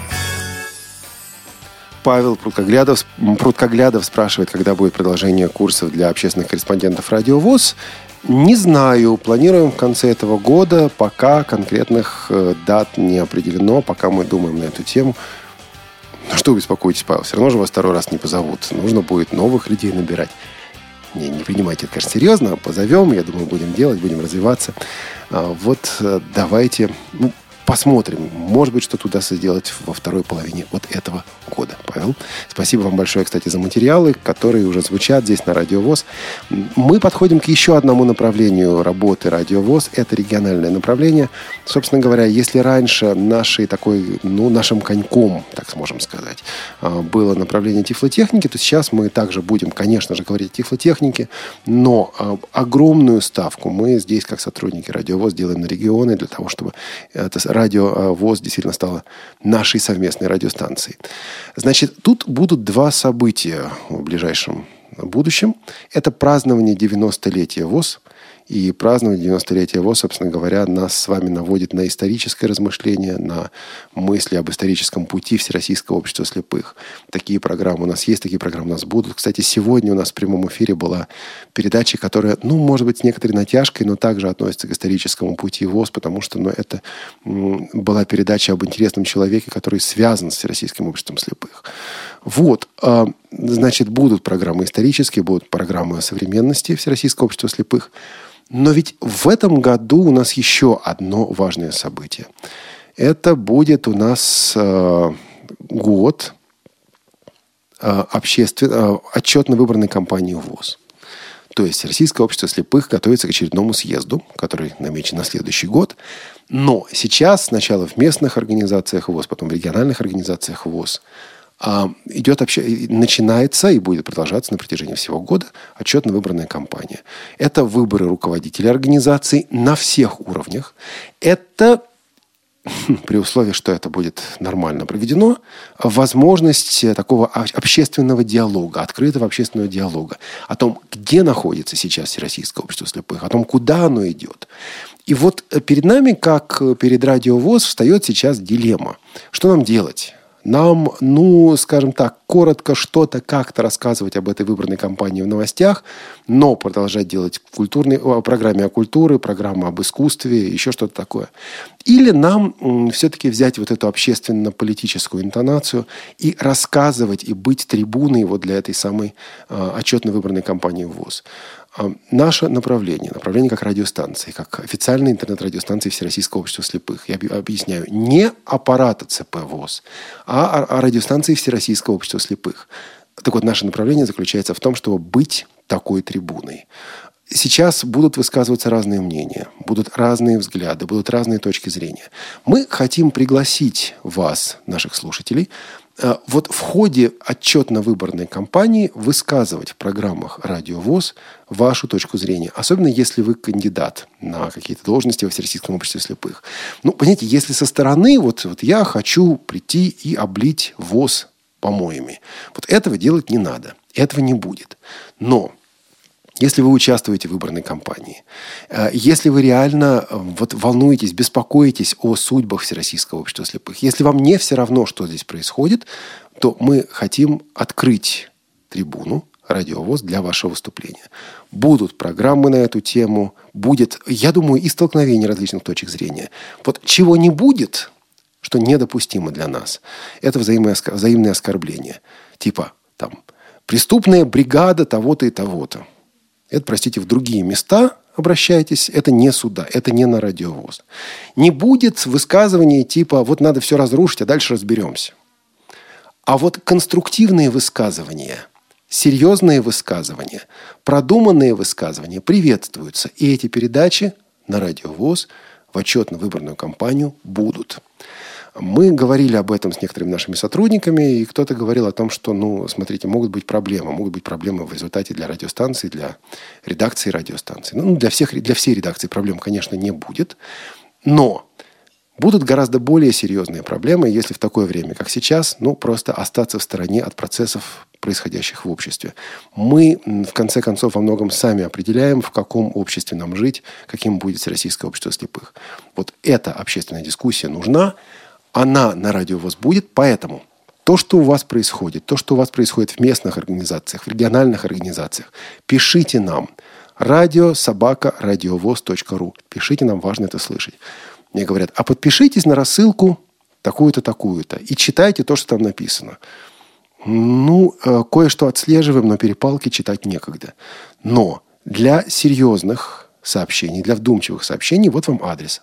Павел Пруткоглядов спрашивает, когда будет продолжение курсов для общественных корреспондентов Радио ВОС. Не знаю. Планируем в конце этого года. Пока конкретных дат не определено. Пока мы думаем на эту тему. Ну что вы беспокоитесь, Павел? Все равно же вас второй раз не позовут. Нужно будет новых людей набирать. Не принимайте это, конечно, серьезно. Позовем. Я думаю, будем делать, будем развиваться. Вот давайте... посмотрим. Может быть, что-то удастся сделать во второй половине вот этого года. Павел, спасибо вам большое, кстати, за материалы, которые уже звучат здесь на Радио ВОС. Мы подходим к еще одному направлению работы Радио ВОС. Это региональное направление. Собственно говоря, если раньше нашим коньком, так сможем сказать, было направление тифлотехники, то сейчас мы также будем, конечно же, говорить о тифлотехнике, но огромную ставку мы здесь, как сотрудники Радио ВОС, делаем на регионы для того, чтобы Радио ВОС действительно стало нашей совместной радиостанцией. Значит, тут будут два события в ближайшем будущем. Это празднование 90-летия ВОС. И празднование 90-летия ВОС, собственно говоря, нас с вами наводит на историческое размышление, на мысли об историческом пути Всероссийского общества слепых. Такие программы у нас есть, такие программы у нас будут. Кстати, сегодня у нас в прямом эфире была передача, которая, может быть, с некоторой натяжкой, но также относится к историческому пути ВОС, потому что это была передача об интересном человеке, который связан с Всероссийским обществом слепых. Вот. Значит, будут программы исторические, будут программы о современности Всероссийского общества слепых. Но ведь в этом году у нас еще одно важное событие. Это будет у нас год отчетно выбранной кампании ВОС. То есть Российское общество слепых готовится к очередному съезду, который намечен на следующий год. Но сейчас сначала в местных организациях ВОС, потом в региональных организациях ВОС начинается и будет продолжаться на протяжении всего года отчетно-выборная кампания. Это выборы руководителей организаций на всех уровнях. Это, при условии, что это будет нормально проведено, возможность такого общественного диалога, открытого общественного диалога о том, где находится сейчас Всероссийское общество слепых, о том, куда оно идет. И вот перед нами, как перед Радио ВОС, встает сейчас дилемма. Что нам делать? Нам, скажем так, коротко что-то как-то рассказывать об этой выборной кампании в новостях, но продолжать делать программы о культуре, программы об искусстве, еще что-то такое. Или нам все-таки взять вот эту общественно-политическую интонацию и рассказывать, и быть трибуной вот для этой самой отчетно-выборной кампании в ВОС. Наше направление как радиостанции, как официальной интернет-радиостанции Всероссийского общества слепых, я объясняю, не аппарата ЦП ВОС, а радиостанции Всероссийского общества слепых. Так вот, наше направление заключается в том, чтобы быть такой трибуной. Сейчас будут высказываться разные мнения, будут разные взгляды, будут разные точки зрения. Мы хотим пригласить вас, наших слушателей, вот в ходе отчетно-выборной кампании высказывать в программах Радио ВОС вашу точку зрения. Особенно, если вы кандидат на какие-то должности во Всероссийском обществе слепых. Понимаете, если со стороны, вот я хочу прийти и облить ВОС помоями. Вот этого делать не надо. Этого не будет. Но если вы участвуете в выборной кампании, если вы реально волнуетесь, беспокоитесь о судьбах Всероссийского общества слепых, если вам не все равно, что здесь происходит, то мы хотим открыть трибуну Радио ВОС для вашего выступления. Будут программы на эту тему, будет, я думаю, и столкновение различных точек зрения. Вот чего не будет, что недопустимо для нас, это взаимные оскорбления. Типа, преступная бригада того-то и того-то. Это, простите, в другие места обращайтесь. Это не сюда, это не на Радио ВОС. Не будет высказываний типа «вот надо все разрушить, а дальше разберемся». А вот конструктивные высказывания, серьезные высказывания, продуманные высказывания приветствуются. И эти передачи на Радио ВОС в отчетно-выборную кампанию будут. Мы говорили об этом с некоторыми нашими сотрудниками, и кто-то говорил о том, что, смотрите, могут быть проблемы в результате для радиостанции, для редакции радиостанции. Для всей редакции проблем, конечно, не будет, но будут гораздо более серьезные проблемы, если в такое время, как сейчас, просто остаться в стороне от процессов, происходящих в обществе. Мы, в конце концов, во многом сами определяем, в каком обществе нам жить, каким будет Всероссийское общество слепых. Вот эта общественная дискуссия нужна. Она на Радио ВОС будет, поэтому то, что у вас происходит в местных организациях, в региональных организациях, пишите нам radio@radiovos.ru. Пишите нам, важно это слышать. Мне говорят, а подпишитесь на рассылку такую-то, такую-то и читайте то, что там написано. Кое-что отслеживаем, но перепалки читать некогда. Но для серьезных сообщений, для вдумчивых сообщений, вот вам адрес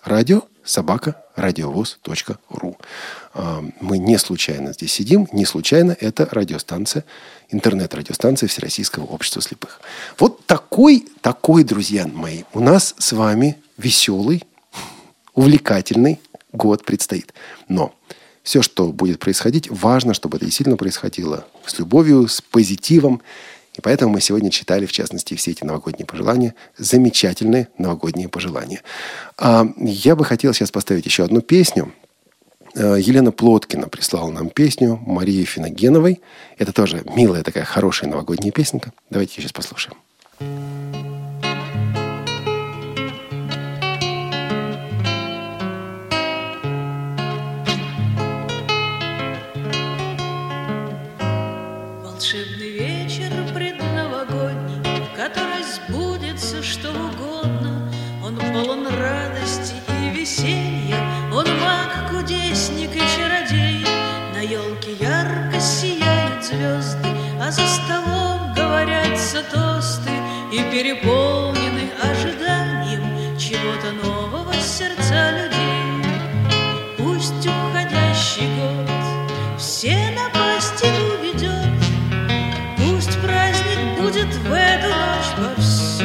radio@radiovos.ru. Мы не случайно здесь сидим, не случайно это радиостанция, интернет-радиостанция Всероссийского общества слепых. Вот такой, друзья мои, у нас с вами веселый, увлекательный год предстоит. Но все, что будет происходить, важно, чтобы это действительно происходило с любовью, с позитивом. И поэтому мы сегодня читали, в частности, все эти новогодние пожелания. Замечательные новогодние пожелания. Я бы хотел сейчас поставить еще одну песню. Елена Плоткина прислала нам песню Марии Финогеновой. Это тоже милая такая хорошая новогодняя песенка. Давайте сейчас послушаем. Волшебный вечер предновогодний, в который сбудется что угодно. Он полон радости и веселья, он маг, кудесник и чародей. На елке ярко сияют звезды, а за столом говорятся тосты и переполнены ожиданием чего-то нового сердца людей. Пусть уходящий год все напасти уведет, пусть праздник будет в эту ночь повсюду.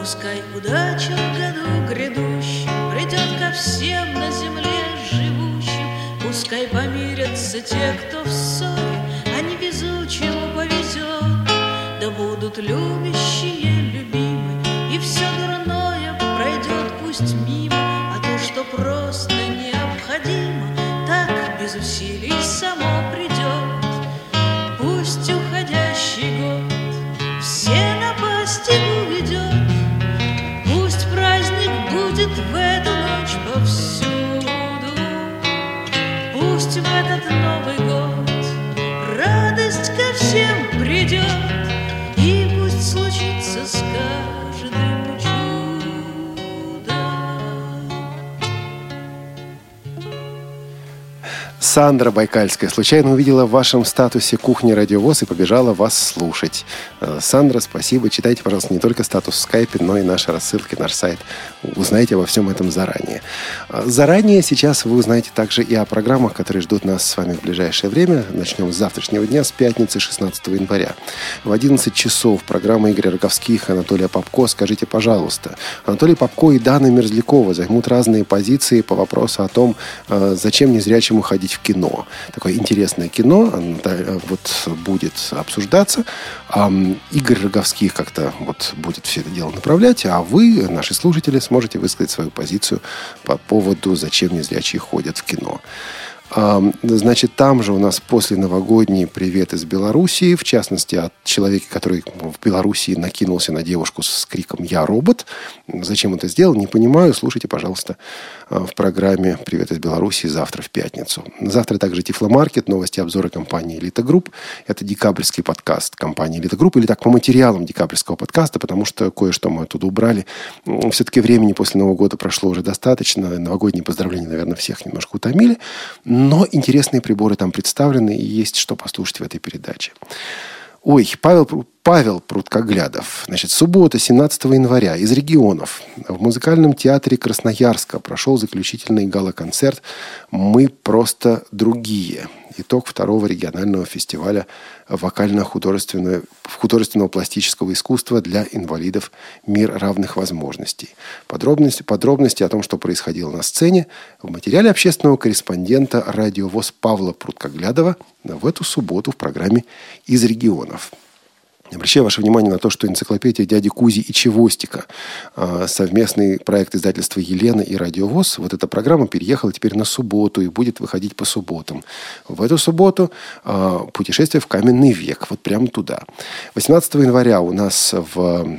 Пускай удача в году грядущем придет ко всем на земле живущим. Пускай помирятся те, кто в ссоре, а невезучему повезет. Да будут любящие любимы, и все дурное пройдет пусть мимо. А то, что просто необходимо, так без усилий само придет. Пусть уходящий год все напасти уведет. Пусть праздник будет в эту ночь повсюду. Пусть в этот Новый год радость ко всем придет. И пусть случится с каждым чудо. Сандра Байкальская случайно увидела в вашем статусе «Кухня Радио ВОС» и побежала вас слушать. Сандра, спасибо. Читайте, пожалуйста, не только статус в скайпе, но и наши рассылки, наш сайт. Узнайте обо всем этом заранее. Заранее сейчас вы узнаете также и о программах, которые ждут нас с вами в ближайшее время. Начнем с завтрашнего дня, с пятницы, 16 января. В 11 часов программа Игоря Роговских, Анатолия Попко «Скажите, пожалуйста». Анатолий Попко и Дана Мерзлякова займут разные позиции по вопросу о том, зачем незрячему ходить в кино. Такое интересное кино вот будет обсуждаться. Игорь Роговских как-то вот будет все это дело направлять, а вы, наши слушатели, сможете высказать свою позицию по поводу, зачем незрячие ходят в кино. Значит, там же у нас после новогодний привет из Белоруссии, в частности, от человека, который в Белоруссии накинулся на девушку с криком «Я робот». Зачем это сделал, не понимаю. Слушайте, пожалуйста, в программе «Привет из Белоруссии» завтра в пятницу. Завтра также Тифломаркет, новости, обзоры компании «Элита Групп». Это декабрьский подкаст компании «Элита Групп», или так по материалам декабрьского подкаста, потому что кое-что мы оттуда убрали. Все-таки времени после Нового года прошло уже достаточно. Новогодние поздравления, наверное, всех немножко утомили. Но интересные приборы там представлены, и есть что послушать в этой передаче. Ой, Павел Пруткоглядов. Значит, суббота, 17 января, из регионов. В музыкальном театре Красноярска прошел заключительный гала-концерт «Мы просто другие». Итог второго регионального фестиваля вокально-художественного пластического искусства для инвалидов «Мир равных возможностей». Подробности о том, что происходило на сцене, в материале общественного корреспондента «Радио ВОС» Павла Пруткоглядова в эту субботу в программе «Из регионов». Обращаю ваше внимание на то, что энциклопедия дяди Кузи и Чевостика, совместный проект издательства «Елена» и «Радио ВОС», вот эта программа переехала теперь на субботу и будет выходить по субботам. В эту субботу путешествие в каменный век, вот прямо туда. 18 января у нас в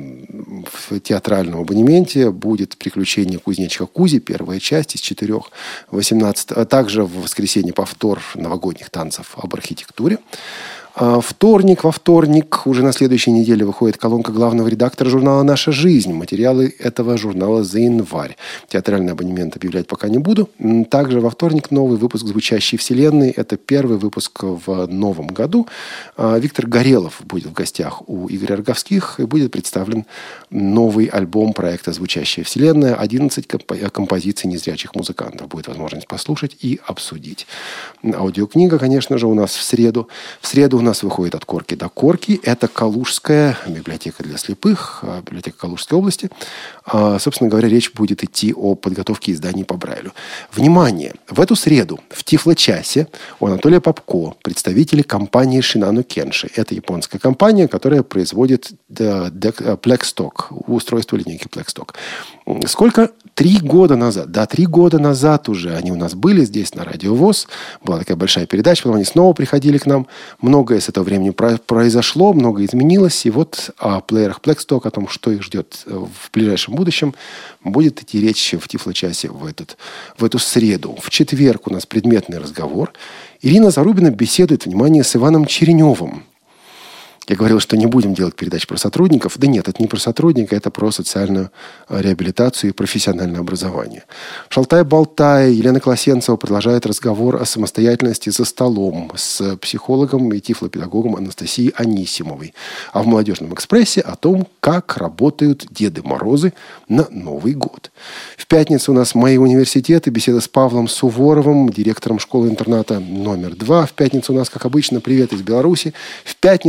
театральном абонементе будет «Приключения кузнечика Кузи», первая часть из 4. 18, а также в воскресенье повтор новогодних танцев об архитектуре. Во вторник, уже на следующей неделе выходит колонка главного редактора журнала «Наша жизнь». Материалы этого журнала за январь. Театральный абонемент объявлять пока не буду. Также во вторник новый выпуск «Звучащей вселенной». Это первый выпуск в новом году. Виктор Горелов будет в гостях у Игоря Роговских, и будет представлен новый альбом проекта «Звучащая вселенная». 11 композиций незрячих музыкантов. Будет возможность послушать и обсудить. Аудиокнига, конечно же, у нас в среду. В среду у нас выходит «От корки до корки». Это Калужская библиотека для слепых, библиотека Калужской области. Собственно говоря, речь будет идти о подготовке изданий по Брайлю. Внимание! В эту среду в Тифло-часе у Анатолия Попко представители компании Shinano Kenshi. Это японская компания, которая производит Plexstock, устройство линейки Plexstock. Сколько? 3 года назад. Да, 3 года назад уже они у нас были здесь на Радио ВОС. Была такая большая передача, потом они снова приходили к нам. Многое с этого времени произошло, многое изменилось. И вот о плеерах Plexstock, о том, что их ждет в ближайшем будущем, будет идти речь в Тифло-часе в эту среду. В четверг у нас предметный разговор. Ирина Зарубина беседует, внимание, с Иваном Череневым. Я говорил, что не будем делать передач про сотрудников. Да нет, это не про сотрудника, это про социальную реабилитацию и профессиональное образование. Шалтай-болтай, Елена Колосенцева продолжает разговор о самостоятельности за столом с психологом и тифлопедагогом Анастасией Анисимовой. А в «Молодежном экспрессе» о том, как работают Деды Морозы на Новый год. В пятницу у нас «Мои университеты», беседа с Павлом Суворовым, директором школы-интерната номер 2. В пятницу у нас, как обычно, «Привет из Беларуси». В пятницу у нас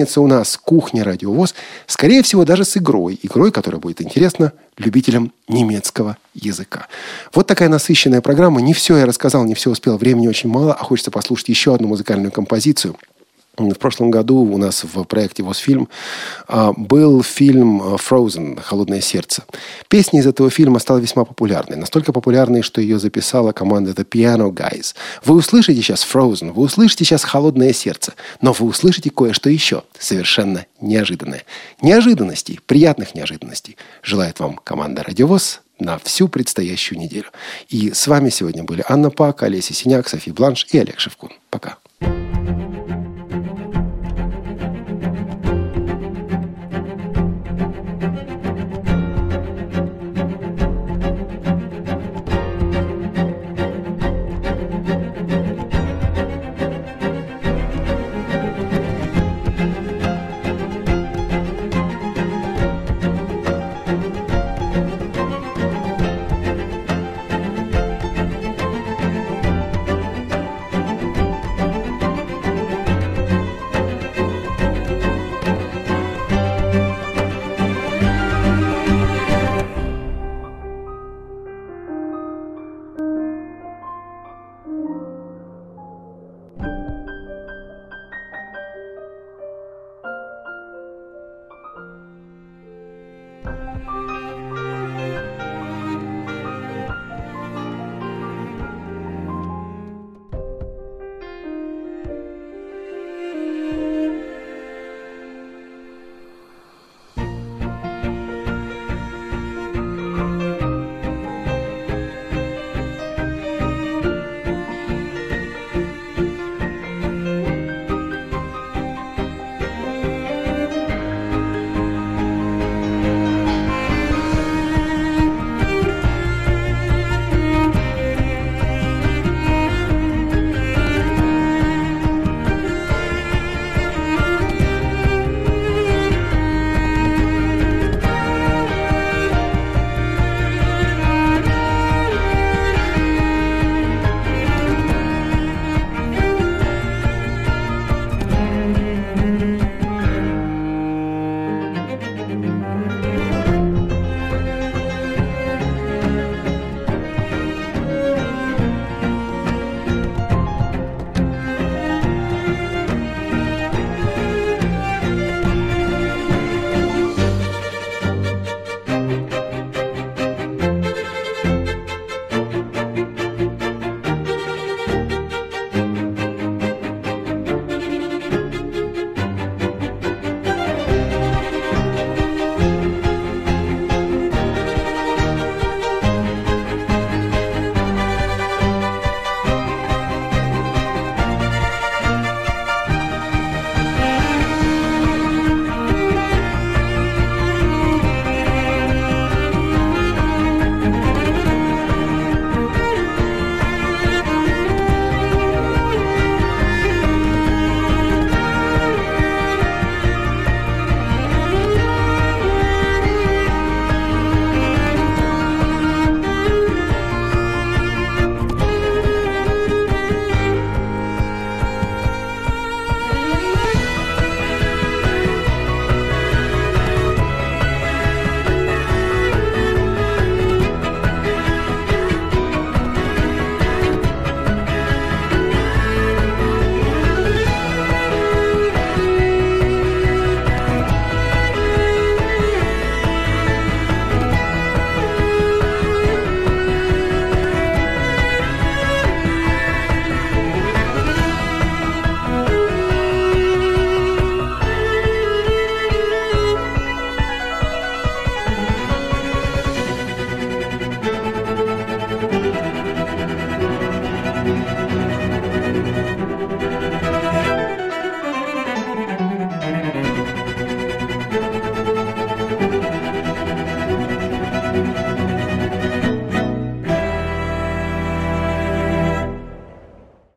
час «Кухня Радио ВОС», скорее всего, даже с игрой, которая будет интересна любителям немецкого языка. Вот такая насыщенная программа. Не все я рассказал, не все успел, времени очень мало, а хочется послушать еще одну музыкальную композицию. В прошлом году у нас в проекте «Восфильм» был фильм «Frozen. Холодное сердце». Песня из этого фильма стала весьма популярной. Настолько популярной, что ее записала команда The Piano Guys. Вы услышите сейчас «Frozen», вы услышите сейчас «Холодное сердце», но вы услышите кое-что еще совершенно неожиданное. Неожиданностей, приятных неожиданностей желает вам команда «Радио ВОС» на всю предстоящую неделю. И с вами сегодня были Анна Пак, Олеся Синяк, София Бланш и Олег Шевкун. Пока.